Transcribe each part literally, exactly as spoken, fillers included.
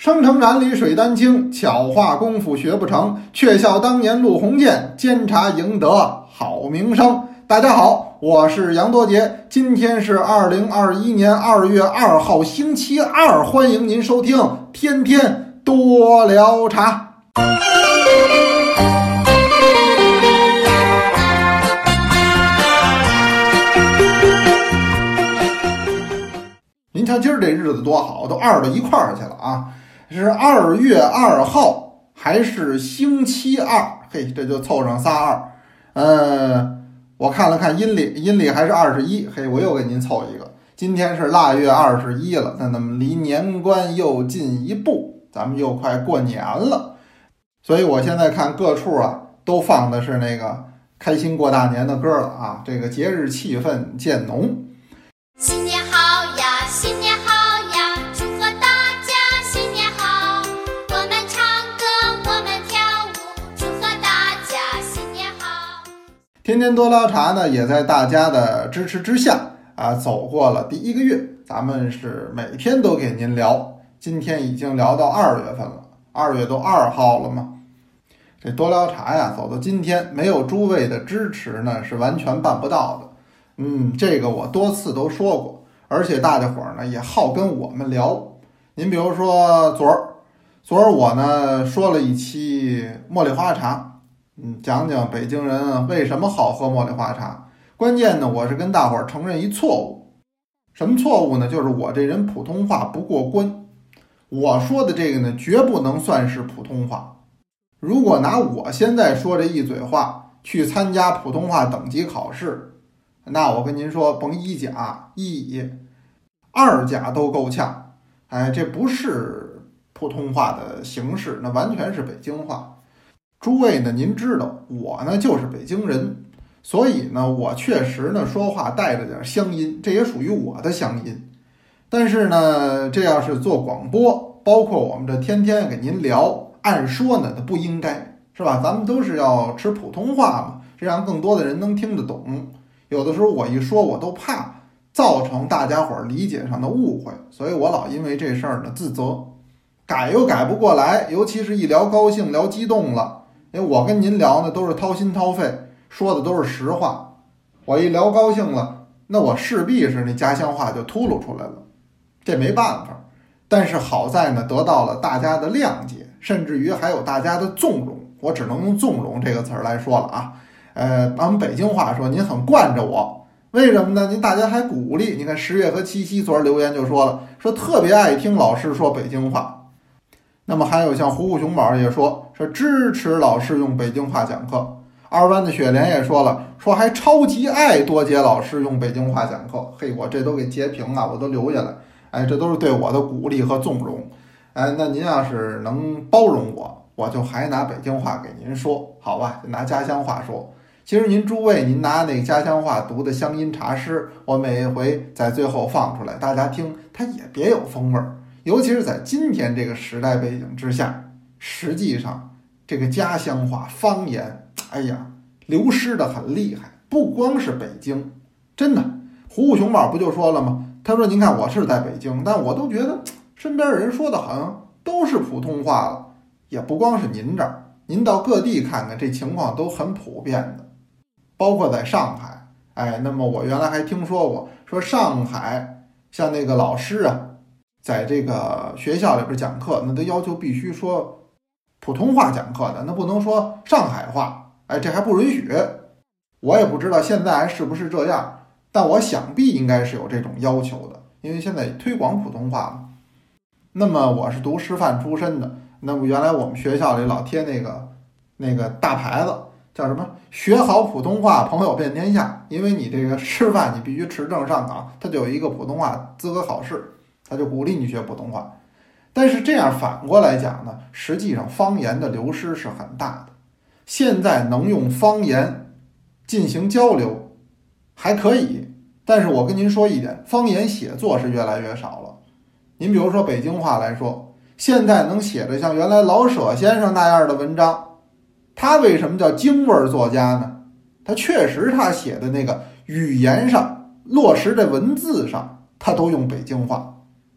生城染里水丹青，巧画功夫学不成。却笑当年陆鸿渐，监察赢得好名声。大家好，我是杨多杰，今天是二零二一年二月二号星期二，欢迎您收听天天多聊茶。您瞧今儿这日子多好，都二到一块儿去了啊！是二月二号还是星期二？嘿，这就凑上仨二。呃，我看了看阴历，阴历还是二十一。嘿，我又给您凑一个。今天是腊月二十一了，那咱们离年关又近一步，咱们又快过年了。所以我现在看各处啊，都放的是那个开心过大年的歌了啊，这个节日气氛渐浓。 新年好呀，新年好呀，祝贺大家新年好！我们唱歌，我们跳舞，祝贺大家新年好！ 天天多聊茶呢，也在大家的支持之下啊，走过了第一个月。咱们是每天都给您聊，今天已经聊到二月份了，二月都二号了嘛。这多聊茶呀，走到今天，没有诸位的支持呢，是完全办不到的。嗯，这个我多次都说过，而且大家伙儿呢也好跟我们聊。您比如说昨儿，昨儿我呢说了一期茉莉花茶，嗯，讲讲北京人为什么好喝茉莉花茶。关键呢，我是跟大伙儿承认一错误，什么错误呢？就是我这人普通话不过关。我说的这个呢，绝不能算是普通话。如果拿我现在说这一嘴话去参加普通话等级考试，那我跟您说，甭一甲、一乙、二甲都够呛。哎，这不是普通话的形式，那完全是北京话。诸位呢，您知道我呢就是北京人，所以呢，我确实呢说话带着点乡音，这也属于我的乡音。但是呢，这要是做广播，包括我们这天天给您聊，按说呢，它不应该，是吧？咱们都是要吃普通话嘛，这样更多的人能听得懂。有的时候我一说，我都怕造成大家伙理解上的误会，所以我老因为这事儿呢自责，改又改不过来，尤其是一聊高兴聊激动了，因为我跟您聊呢都是掏心掏肺，说的都是实话，我一聊高兴了，那我势必是那家乡话就秃噜出来了，这没办法。但是好在呢得到了大家的谅解，甚至于还有大家的纵容，我只能用纵容这个词儿来说了啊。呃，咱们北京话说，您很惯着我，为什么呢？您大家还鼓励，你看十月和七夕昨儿留言就说了，说特别爱听老师说北京话。那么还有像虎虎熊宝也说，说支持老师用北京话讲课。二湾的雪莲也说了，说还超级爱多杰老师用北京话讲课。嘿，我这都给截屏了，我都留下来。哎，这都是对我的鼓励和纵容。哎，那您要是能包容我，我就还拿北京话给您说，好吧？拿家乡话说。其实您诸位，您拿那个家乡话读的乡音茶诗，我每一回在最后放出来，大家听，它也别有风味儿。尤其是在今天这个时代背景之下，实际上这个家乡话方言，哎呀，流失的很厉害。不光是北京，真的，虎虎熊宝不就说了吗？他说：“您看我是在北京，但我都觉得身边人说的好像都是普通话了，也不光是您这儿，您到各地看看，这情况都很普遍的。”包括在上海，哎，那么我原来还听说过，说上海像那个老师啊，在这个学校里边讲课，那都要求必须说普通话讲课的，那不能说上海话，哎，这还不允许。我也不知道现在还是不是这样，但我想必应该是有这种要求的，因为现在推广普通话嘛。那么我是读师范出身的，那么原来我们学校里老贴那个那个大牌子。叫什么？学好普通话，朋友遍天下。因为你这个师范，你必须持证上岗，它就有一个普通话资格考试，它就鼓励你学普通话。但是这样反过来讲呢，实际上方言的流失是很大的。现在能用方言进行交流还可以，但是我跟您说一点，方言写作是越来越少了。您比如说北京话来说，现在能写的像原来老舍先生那样的文章，他为什么叫京味作家呢？他确实他写的那个语言上落实在文字上，他都用北京话。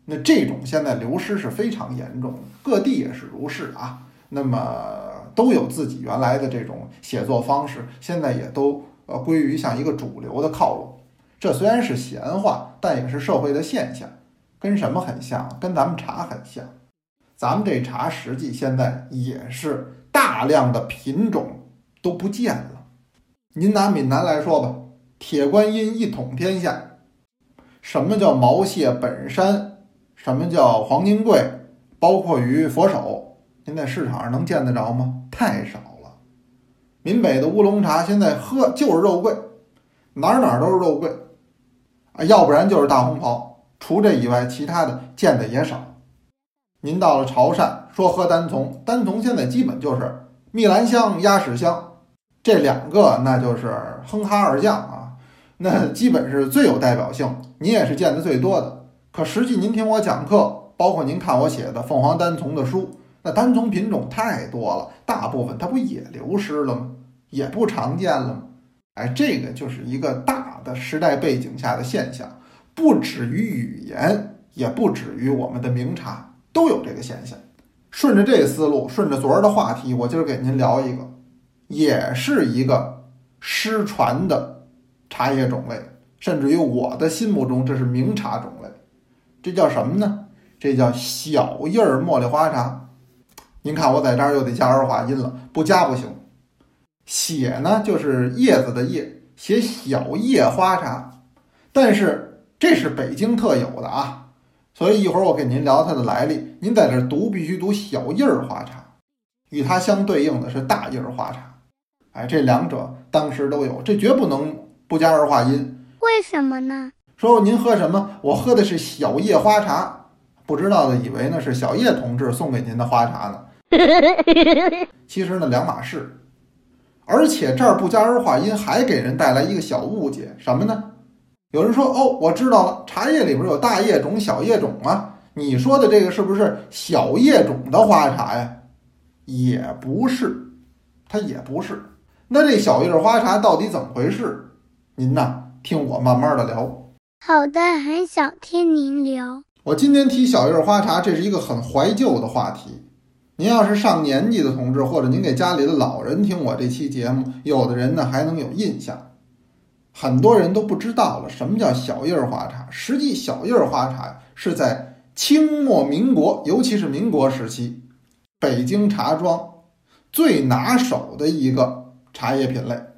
那这种现在流失是非常严重的，各地也是如是啊。那么都有自己原来的这种写作方式，现在也都呃归于像一个主流的靠拢。这虽然是闲话，但也是社会的现象。跟什么很像？跟咱们茶很像。咱们这茶实际现在也是大量的品种都不见了。您拿闽南来说吧，铁观音一统天下，什么叫毛蟹本山，什么叫黄金桂，包括于佛手，您在市场上能见得着吗？太少了。闽北的乌龙茶现在喝就是肉桂，哪哪都是肉桂啊，要不然就是大红袍。除这以外，其他的见的也少。您到了潮汕，说喝单丛，单丛现在基本就是蜜兰香、鸭屎香，这两个那就是哼哈二将啊，那基本是最有代表性，您也是见的最多的。可实际您听我讲课，包括您看我写的凤凰单丛的书，那单丛品种太多了，大部分它不也流失了吗？也不常见了吗？哎，这个就是一个大的时代背景下的现象。不止于语言，也不止于我们的名茶，都有这个现象。顺着这思路，顺着昨儿的话题，我今儿给您聊一个，也是一个失传的茶叶种类，甚至于我的心目中这是名茶种类。这叫什么呢？这叫小叶茉莉花茶。您看我在这儿又得加儿化音了，不加不行。写呢就是叶子的叶，写小叶花茶，但是这是北京特有的啊，所以一会儿我给您聊它的来历。您在这读必须读小叶花茶，与它相对应的是大叶花茶。哎，这两者当时都有，这绝不能不加儿化音。 为什么呢？ 说您喝什么？我喝的是小叶花茶。不知道的以为呢是小叶同志送给您的花茶呢，其实呢两码事。而且这儿不加儿化音，还给人带来一个小误解，什么呢？有人说哦，我知道了，茶叶里边有大叶种、小叶种啊。你说的这个是不是小叶种的花茶呀？也不是，它也不是。那这小叶花茶到底怎么回事？您呐，听我慢慢的聊。 好的，很想听您聊。 我今天提小叶花茶，这是一个很怀旧的话题。您要是上年纪的同志，或者您给家里的老人听我这期节目，有的人呢还能有印象。很多人都不知道了什么叫小叶花茶。实际小叶花茶是在清末民国，尤其是民国时期，北京茶庄最拿手的一个茶叶品类。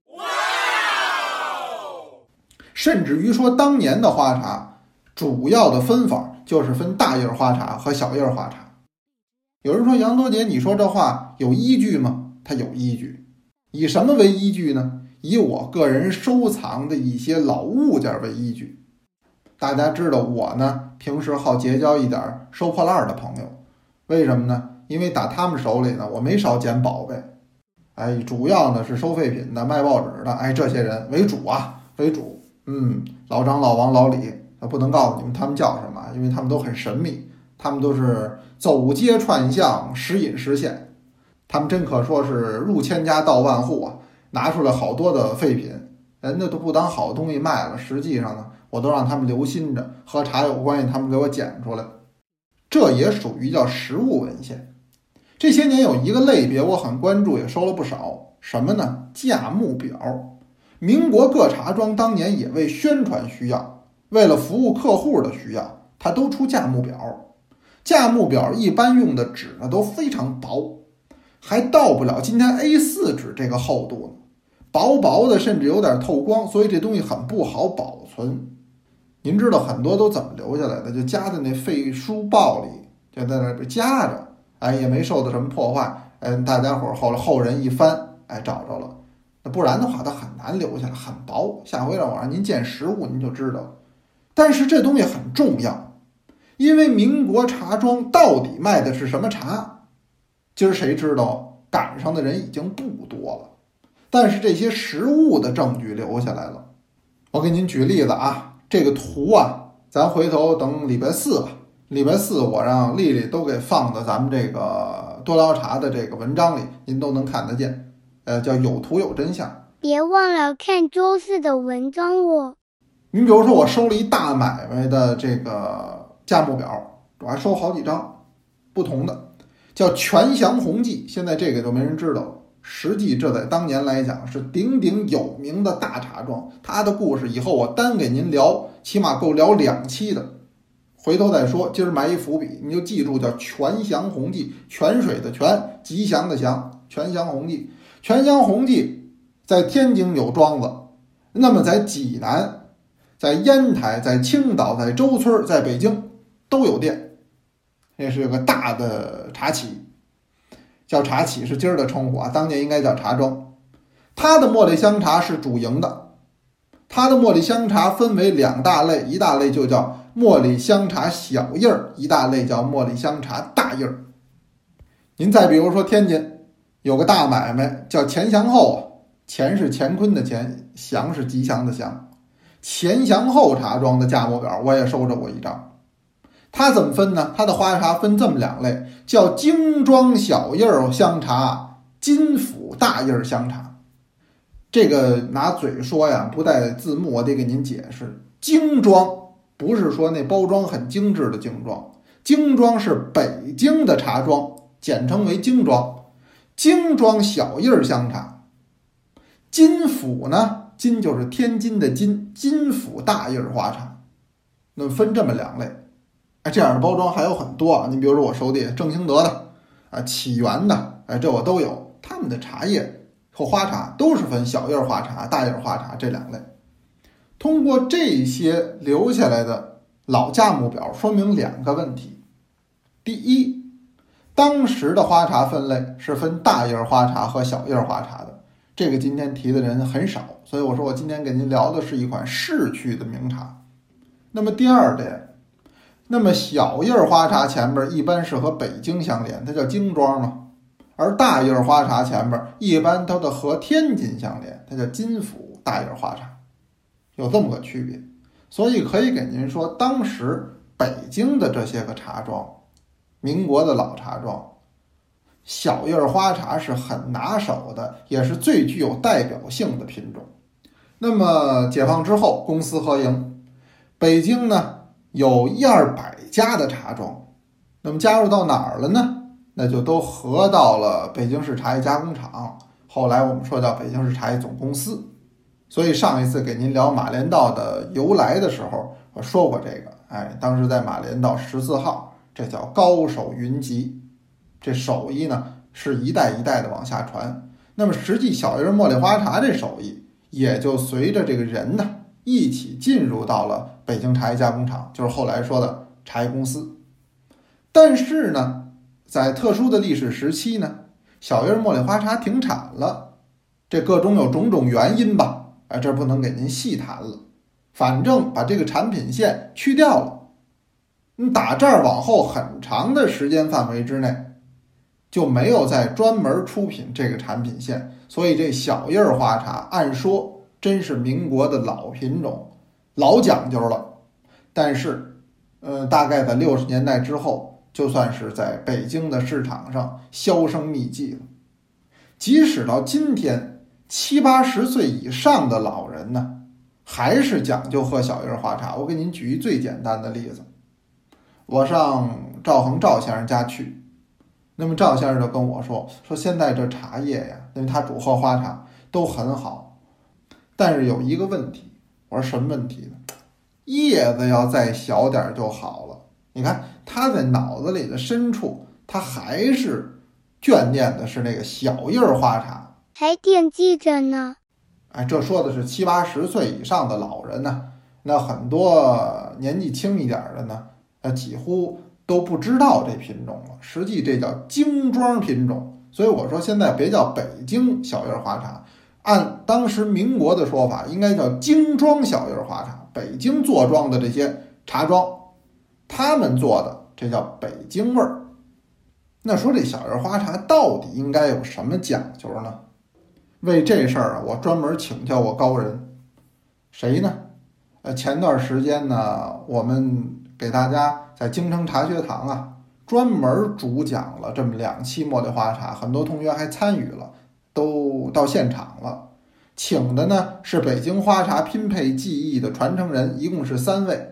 甚至于说当年的花茶主要的分法就是分大叶花茶和小叶花茶。有人说杨多杰，你说这话有依据吗？它有依据。以什么为依据呢？以我个人收藏的一些老物件为依据。大家知道我呢平时好结交一点收破烂的朋友，为什么呢？因为打他们手里呢我没少捡宝贝。哎，主要呢是收废品的、卖报纸的，哎，这些人为主啊，为主。嗯，老张、老王、老李，不能告诉你们他们叫什么，因为他们都很神秘，他们都是走街串巷、时隐时现，他们真可说是入千家道万户啊，拿出来好多的废品，人家都不当好东西卖了，实际上呢，我都让他们留心着，和茶有关系，他们给我捡出来，这也属于叫实物文献。这些年有一个类别我很关注，也收了不少，什么呢？价目表。民国各茶庄当年也为宣传需要，为了服务客户的需要，它都出价目表。价目表一般用的纸呢都非常薄，还到不了今天 A 四 纸这个厚度呢，薄薄的，甚至有点透光，所以这东西很不好保存。您知道很多都怎么留下来的？就夹在那废书报里，就在那边夹着，哎，也没受到什么破坏。哎，大家伙后来后人一翻，哎，找着了。那不然的话，它很难留下来，很薄。下回让我让您见实物，您就知道了。但是这东西很重要，因为民国茶庄到底卖的是什么茶，今儿谁知道？赶上的人已经不多了。但是这些实物的证据留下来了。我给您举例子啊，这个图啊，咱回头等礼拜四吧。礼拜四我让丽丽都给放到咱们这个多聊茶的这个文章里，您都能看得见。呃，叫有图有真相。 别忘了看周四的文章哦。 你比如说我收了一大买卖的这个价目表，我还收好几张不同的，叫全祥弘记，现在这个都没人知道了。实际这在当年来讲是鼎鼎有名的大茶庄，它的故事以后我单给您聊，起码够聊两期的，回头再说。今儿埋一伏笔，你就记住叫全祥弘记，泉水的泉，吉祥的祥，全祥弘记。全祥弘记在天津有庄子，那么在济南、在烟台、在青岛、在周村、在北京都有店，这是个大的茶企。叫茶企是今儿的称呼啊，当年应该叫茶庄。它的茉莉香茶是主营的，它的茉莉香茶分为两大类，一大类就叫茉莉香茶小叶儿，一大类叫茉莉香茶大叶儿。您再比如说天津有个大买卖叫钱祥后啊，钱是乾坤的钱，祥是吉祥的祥。钱祥后茶庄的价目表我也收着过一张。它怎么分呢？它的花茶分这么两类，叫精装小叶儿香茶，金府大叶儿香茶。这个拿嘴说呀，不带字幕，我得给您解释。精装不是说那包装很精致的精装，精装是北京的茶庄，简称为精装。精装小叶儿香茶。金府呢，金就是天津的金，金府大叶儿花茶。那么分这么两类。哎，这样的包装还有很多啊，你比如说我手底下正兴德的啊，启源的，哎，这我都有。他们的茶叶和花茶都是分小叶花茶、大叶花茶这两类。通过这些留下来的老价目表，说明两个问题。第一，当时的花茶分类是分大叶花茶和小叶花茶的，这个今天提的人很少，所以我说我今天给您聊的是一款市区的名茶。那么第二点，那么小叶花茶前面一般是和北京相连，它叫精装嘛，而大叶花茶前面一般它的和天津相连，它叫金府大叶花茶，有这么个区别。所以可以给您说，当时北京的这些个茶庄，民国的老茶庄，小叶花茶是很拿手的，也是最具有代表性的品种。那么解放之后，公私合营，北京呢有一二百家的茶庄，那么加入到哪儿了呢？那就都合到了北京市茶叶加工厂，后来我们说叫北京市茶叶总公司。所以上一次给您聊马连道的由来的时候，我说过这个，哎，当时在马连道十四号，这叫高手云集，这手艺呢是一代一代的往下传。那么实际小叶茉莉花茶这手艺也就随着这个人呢一起进入到了北京茶叶加工厂，就是后来说的茶叶公司。但是呢，在特殊的历史时期呢，小叶茉莉花茶停产了，这各种有种种原因吧，哎，这不能给您细谈了。反正把这个产品线去掉了，你打这儿往后很长的时间范围之内，就没有再专门出品这个产品线。所以这小叶花茶按说真是民国的老品种，老讲究了。但是，呃，大概在六十年代之后，就算是在北京的市场上销声匿迹了。即使到今天，七八十岁以上的老人呢，还是讲究喝小叶花茶。我给您举一最简单的例子，我上赵恒赵先生家去，那么赵先生就跟我说，说现在这茶叶呀，因为他主喝花茶都很好，但是有一个问题。我说什么问题呢？叶子要再小点就好了。你看他在脑子里的深处，他还是眷念的是那个小叶花茶， 还惦记着呢。 哎，这说的是七八十岁以上的老人呢，那很多年纪轻一点的呢，那几乎都不知道这品种了。实际这叫精装品种，所以我说现在别叫北京小叶花茶，按当时民国的说法，应该叫精装小叶花茶。北京坐庄的这些茶庄，他们做的这叫北京味儿。那说这小叶花茶到底应该有什么讲究呢？为这事儿啊，我专门请教过高人，谁呢？呃，前段时间呢，我们给大家在京城茶学堂啊，专门主讲了这么两期茉莉花茶，很多同学还参与了，都到现场了。请的呢是北京花茶拼配技艺的传承人，一共是三位。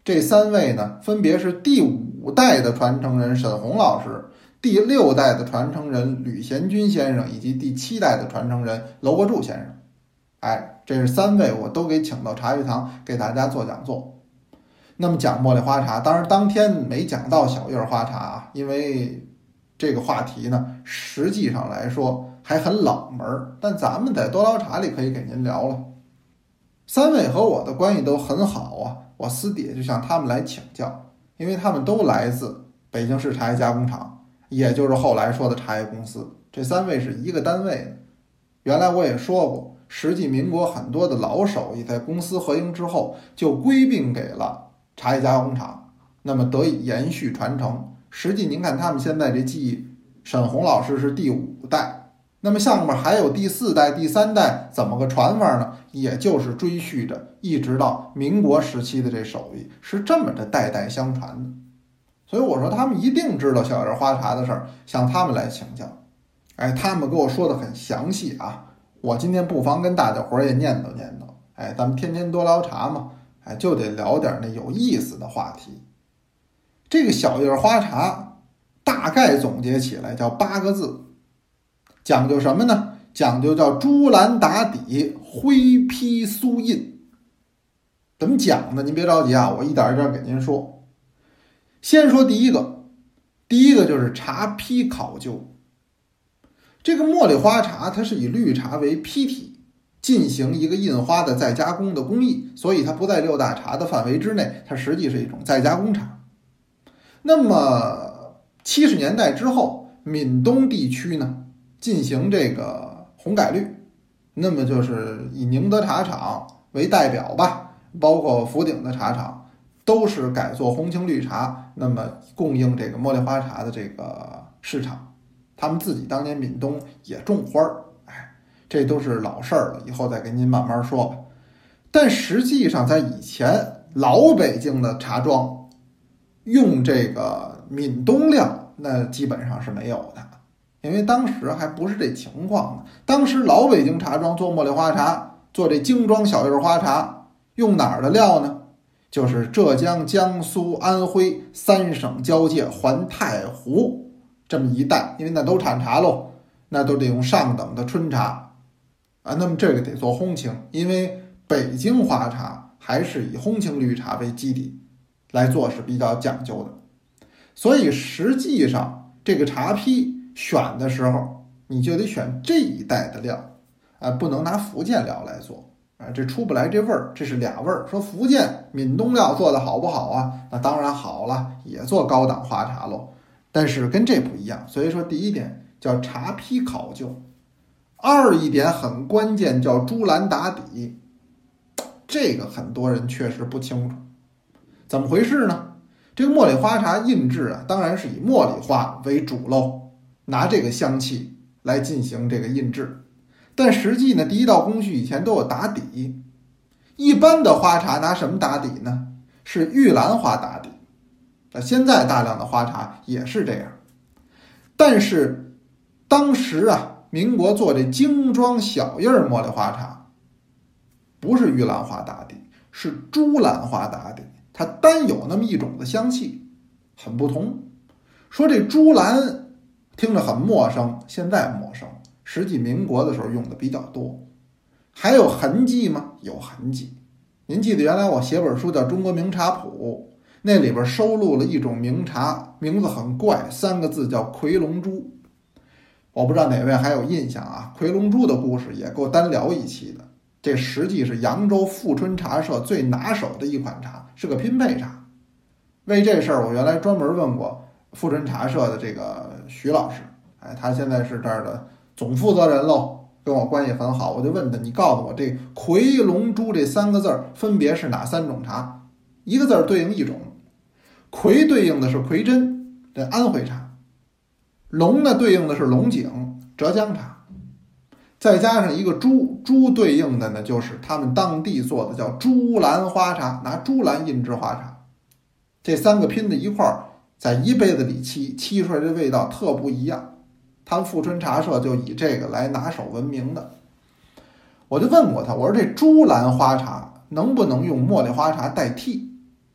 这三位呢，分别是第五代的传承人沈洪老师，第六代的传承人吕贤君先生，以及第七代的传承人娄国柱先生。哎，这是三位我都给请到茶余堂给大家做讲座。那么讲茉莉花茶，当然当天没讲到小叶花茶啊，因为这个话题呢，实际上来说还很冷门，但咱们在多聊茶里可以给您聊了。三位和我的关系都很好啊，我私底下就向他们来请教，因为他们都来自北京市茶叶加工厂，也就是后来说的茶叶公司。这三位是一个单位的。原来我也说过，实际民国很多的老手艺在公司合营之后就归并给了茶叶加工厂，那么得以延续传承。实际您看他们现在这技艺，沈洪老师是第五代，那么下面还有第四代、第三代，怎么个传法呢？也就是追续着一直到民国时期的这手艺，是这么着代代相传的。所以我说他们一定知道小叶花茶的事儿，向他们来请教。哎，他们给我说的很详细啊，我今天不妨跟大家伙儿也念叨念叨。哎，咱们天天多聊茶嘛，哎，就得聊点那有意思的话题。这个小叶花茶大概总结起来叫八个字，讲究什么呢？讲究叫朱蓝打底，灰坯酥印。怎么讲呢？您别着急啊，我一点一点给您说。先说第一个，第一个就是茶坯考究。这个茉莉花茶它是以绿茶为坯体进行一个印花的再加工的工艺，所以它不在六大茶的范围之内，它实际是一种再加工茶。那么七十年代之后，闽东地区呢进行这个红改绿，那么就是以宁德茶厂为代表吧，包括福鼎的茶厂都是改做红青绿茶，那么供应这个茉莉花茶的这个市场。他们自己当年闽东也种花儿，哎，这都是老事儿了，以后再给您慢慢说吧。但实际上在以前老北京的茶庄用这个闽东料那基本上是没有的，因为当时还不是这情况呢。当时老北京茶庄做茉莉花茶，做这精装小叶花茶，用哪儿的料呢？就是浙江、江苏、安徽三省交界环太湖这么一带，因为那都产茶喽，那都得用上等的春茶啊。那么这个得做烘青，因为北京花茶还是以烘青绿茶为基底来做是比较讲究的。所以实际上这个茶坯选的时候，你就得选这一带的料啊，不能拿福建料来做啊，这出不来这味儿，这是俩味儿。说福建闽东料做的好不好啊？那当然好了，也做高档花茶喽。但是跟这不一样，所以说第一点叫茶坯考究，二一点很关键叫朱蓝打底，这个很多人确实不清楚，怎么回事呢？这个茉莉花茶印制啊，当然是以茉莉花为主喽，拿这个香气来进行这个印制，但实际呢，第一道工序以前都有打底，一般的花茶拿什么打底呢？是玉兰花打底。现在大量的花茶也是这样，但是当时啊，民国做这精装小叶茉莉花茶，不是玉兰花打底，是朱兰花打底，它单有那么一种的香气，很不同。说这朱兰听着很陌生，现在陌生，实际民国的时候用的比较多。还有痕迹吗？有痕迹。您记得原来我写本书叫《中国名茶谱》，那里边收录了一种名茶，名字很怪，三个字叫夔龙珠。我不知道哪位还有印象啊？夔龙珠的故事也够单聊一期的。这实际是扬州富春茶社最拿手的一款茶，是个拼配茶。为这事儿，我原来专门问过富春茶社的这个徐老师，哎，他现在是这儿的总负责人喽，跟我关系很好。我就问他，你告诉我这夔龙珠这三个字分别是哪三种茶？一个字对应一种，夔对应的是夔真，这安徽茶；龙呢对应的是龙井，浙江茶；再加上一个朱，朱对应的呢就是他们当地做的叫朱兰花茶，拿朱兰印制花茶。这三个拼在一块儿，在一杯子里沏，沏出来的味道特不一样。他们富春茶社就以这个来拿手闻名的。我就问过他，我说这朱兰花茶能不能用茉莉花茶代替？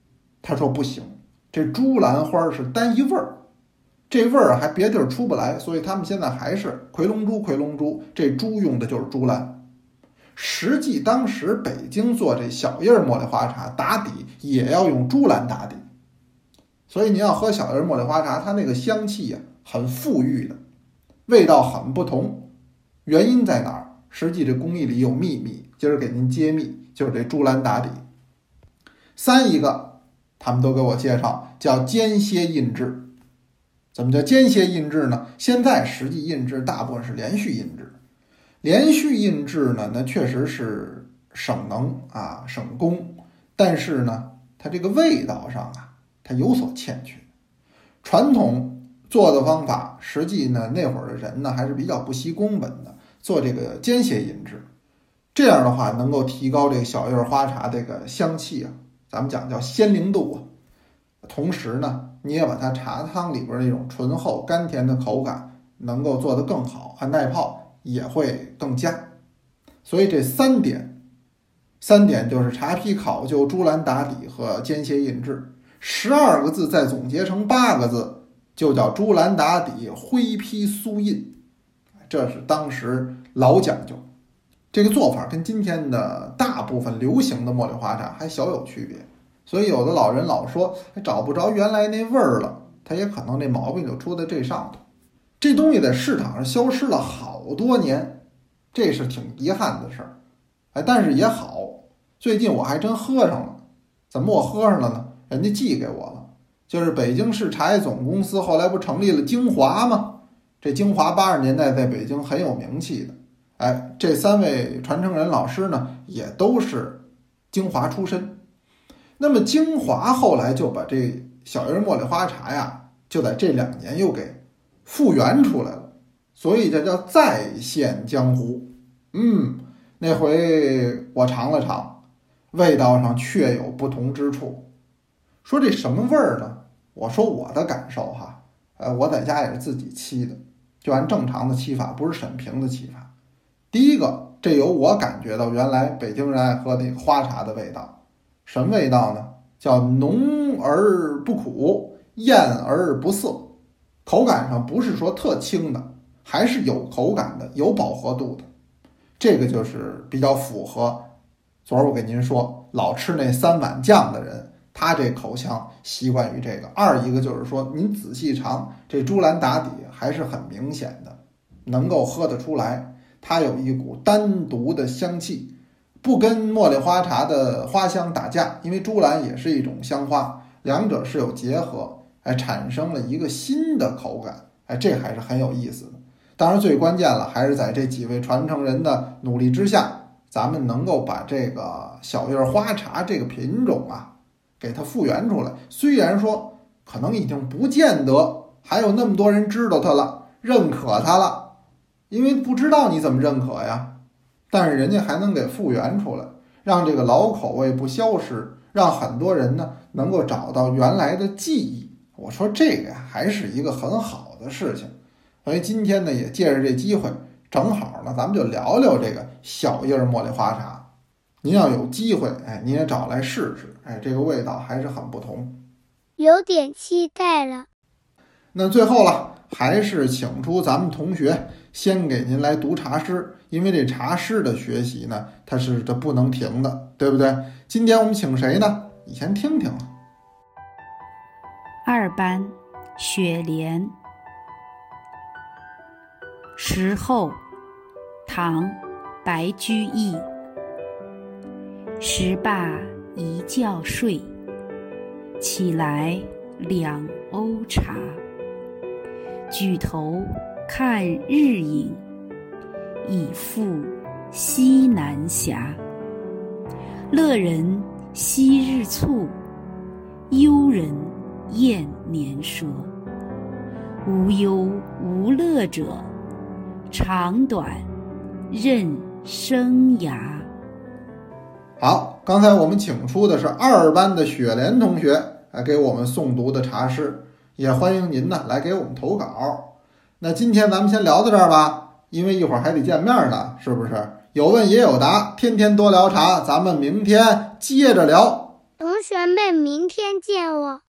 他说不行，这猪兰花是单一味儿，这味儿还别地儿出不来，所以他们现在还是回龙珠回龙珠，这猪用的就是猪兰。实际当时北京做这小叶茉莉花茶打底也要用猪兰打底，所以你要喝小叶茉莉花茶，它那个香气呀、啊、很馥郁的，味道很不同。原因在哪儿？实际这工艺里有秘密，今儿给您揭秘，就是这猪兰打底。三一个他们都给我介绍叫间歇印制。怎么叫间歇印制呢？现在实际印制大部分是连续印制，连续印制呢，那确实是省能啊，省工，但是呢，它这个味道上啊，它有所欠缺。传统做的方法，实际呢，那会儿的人呢还是比较不惜工本的，做这个间歇印制，这样的话能够提高这个小叶花茶这个香气啊，咱们讲叫鲜灵度啊。同时呢，你也把它茶汤里边那种醇厚甘甜的口感能够做得更好，啊，耐泡也会更佳。所以这三点，三点就是茶坯考究、猪兰打底和间歇印制。十二个字再总结成八个字，就叫猪兰打底，灰坯酥印。这是当时老讲究，这个做法跟今天的大部分流行的茉莉花茶还小有区别。所以有的老人老说找不着原来那味儿了，他也可能这毛病就出在这上头。这东西在市场上消失了好多年，这是挺遗憾的事儿。哎，但是也好，最近我还真喝上了。怎么我喝上了呢？人家寄给我了，就是北京市茶叶总公司后来不成立了京华吗？这京华八十年代在北京很有名气的。哎，这三位传承人老师呢，也都是京华出身。那么京华后来就把这小叶茉莉花茶呀，就在这两年又给复原出来了，所以这叫再现江湖。嗯，那回我尝了尝，味道上确有不同之处。说这什么味儿呢？我说我的感受哈，呃，我在家也是自己沏的，就按正常的沏法，不是沈平的沏法。第一个，这有我感觉到原来北京人爱喝那个花茶的味道。什么味道呢？叫浓而不苦，艳而不涩。口感上不是说特轻的，还是有口感的，有饱和度的。这个就是比较符合昨儿我给您说老吃那三碗酱的人，他这口腔习惯于这个。二一个就是说您仔细尝，这猪兰打底还是很明显的，能够喝得出来，它有一股单独的香气，不跟茉莉花茶的花香打架，因为猪兰也是一种香花，两者是有结合，哎，产生了一个新的口感，哎，这还是很有意思的。当然最关键了，还是在这几位传承人的努力之下，咱们能够把这个小叶花茶这个品种啊，给它复原出来。虽然说可能已经不见得还有那么多人知道它了，认可它了，因为不知道你怎么认可呀。但是人家还能给复原出来，让这个老口味不消失，让很多人呢能够找到原来的记忆。我说这个呀，还是一个很好的事情。所以今天呢，也借着这机会，正好呢，咱们就聊聊这个小叶茉莉花茶。您要有机会，哎，您也找来试试，哎，这个味道还是很不同， 有点期待了。 那最后了，还是请出咱们同学先给您来读茶诗，因为这茶诗的学习呢，它是这不能停的，对不对？今天我们请谁呢？你先听听。 二班雪莲。时候，唐，白居易。时罢一觉睡，起来两瓯茶。举头看日影，已复西南斜。乐人惜日促，忧人厌年赊。无忧无乐者，长短任生涯。 好，刚才我们请出的是二班的雪莲同学来给我们诵读的茶诗，也欢迎您呢来给我们投稿。那今天咱们先聊到这儿吧，因为一会儿还得见面呢，是不是？有问也有答，天天多聊茶，咱们明天接着聊。 同学们明天见哦。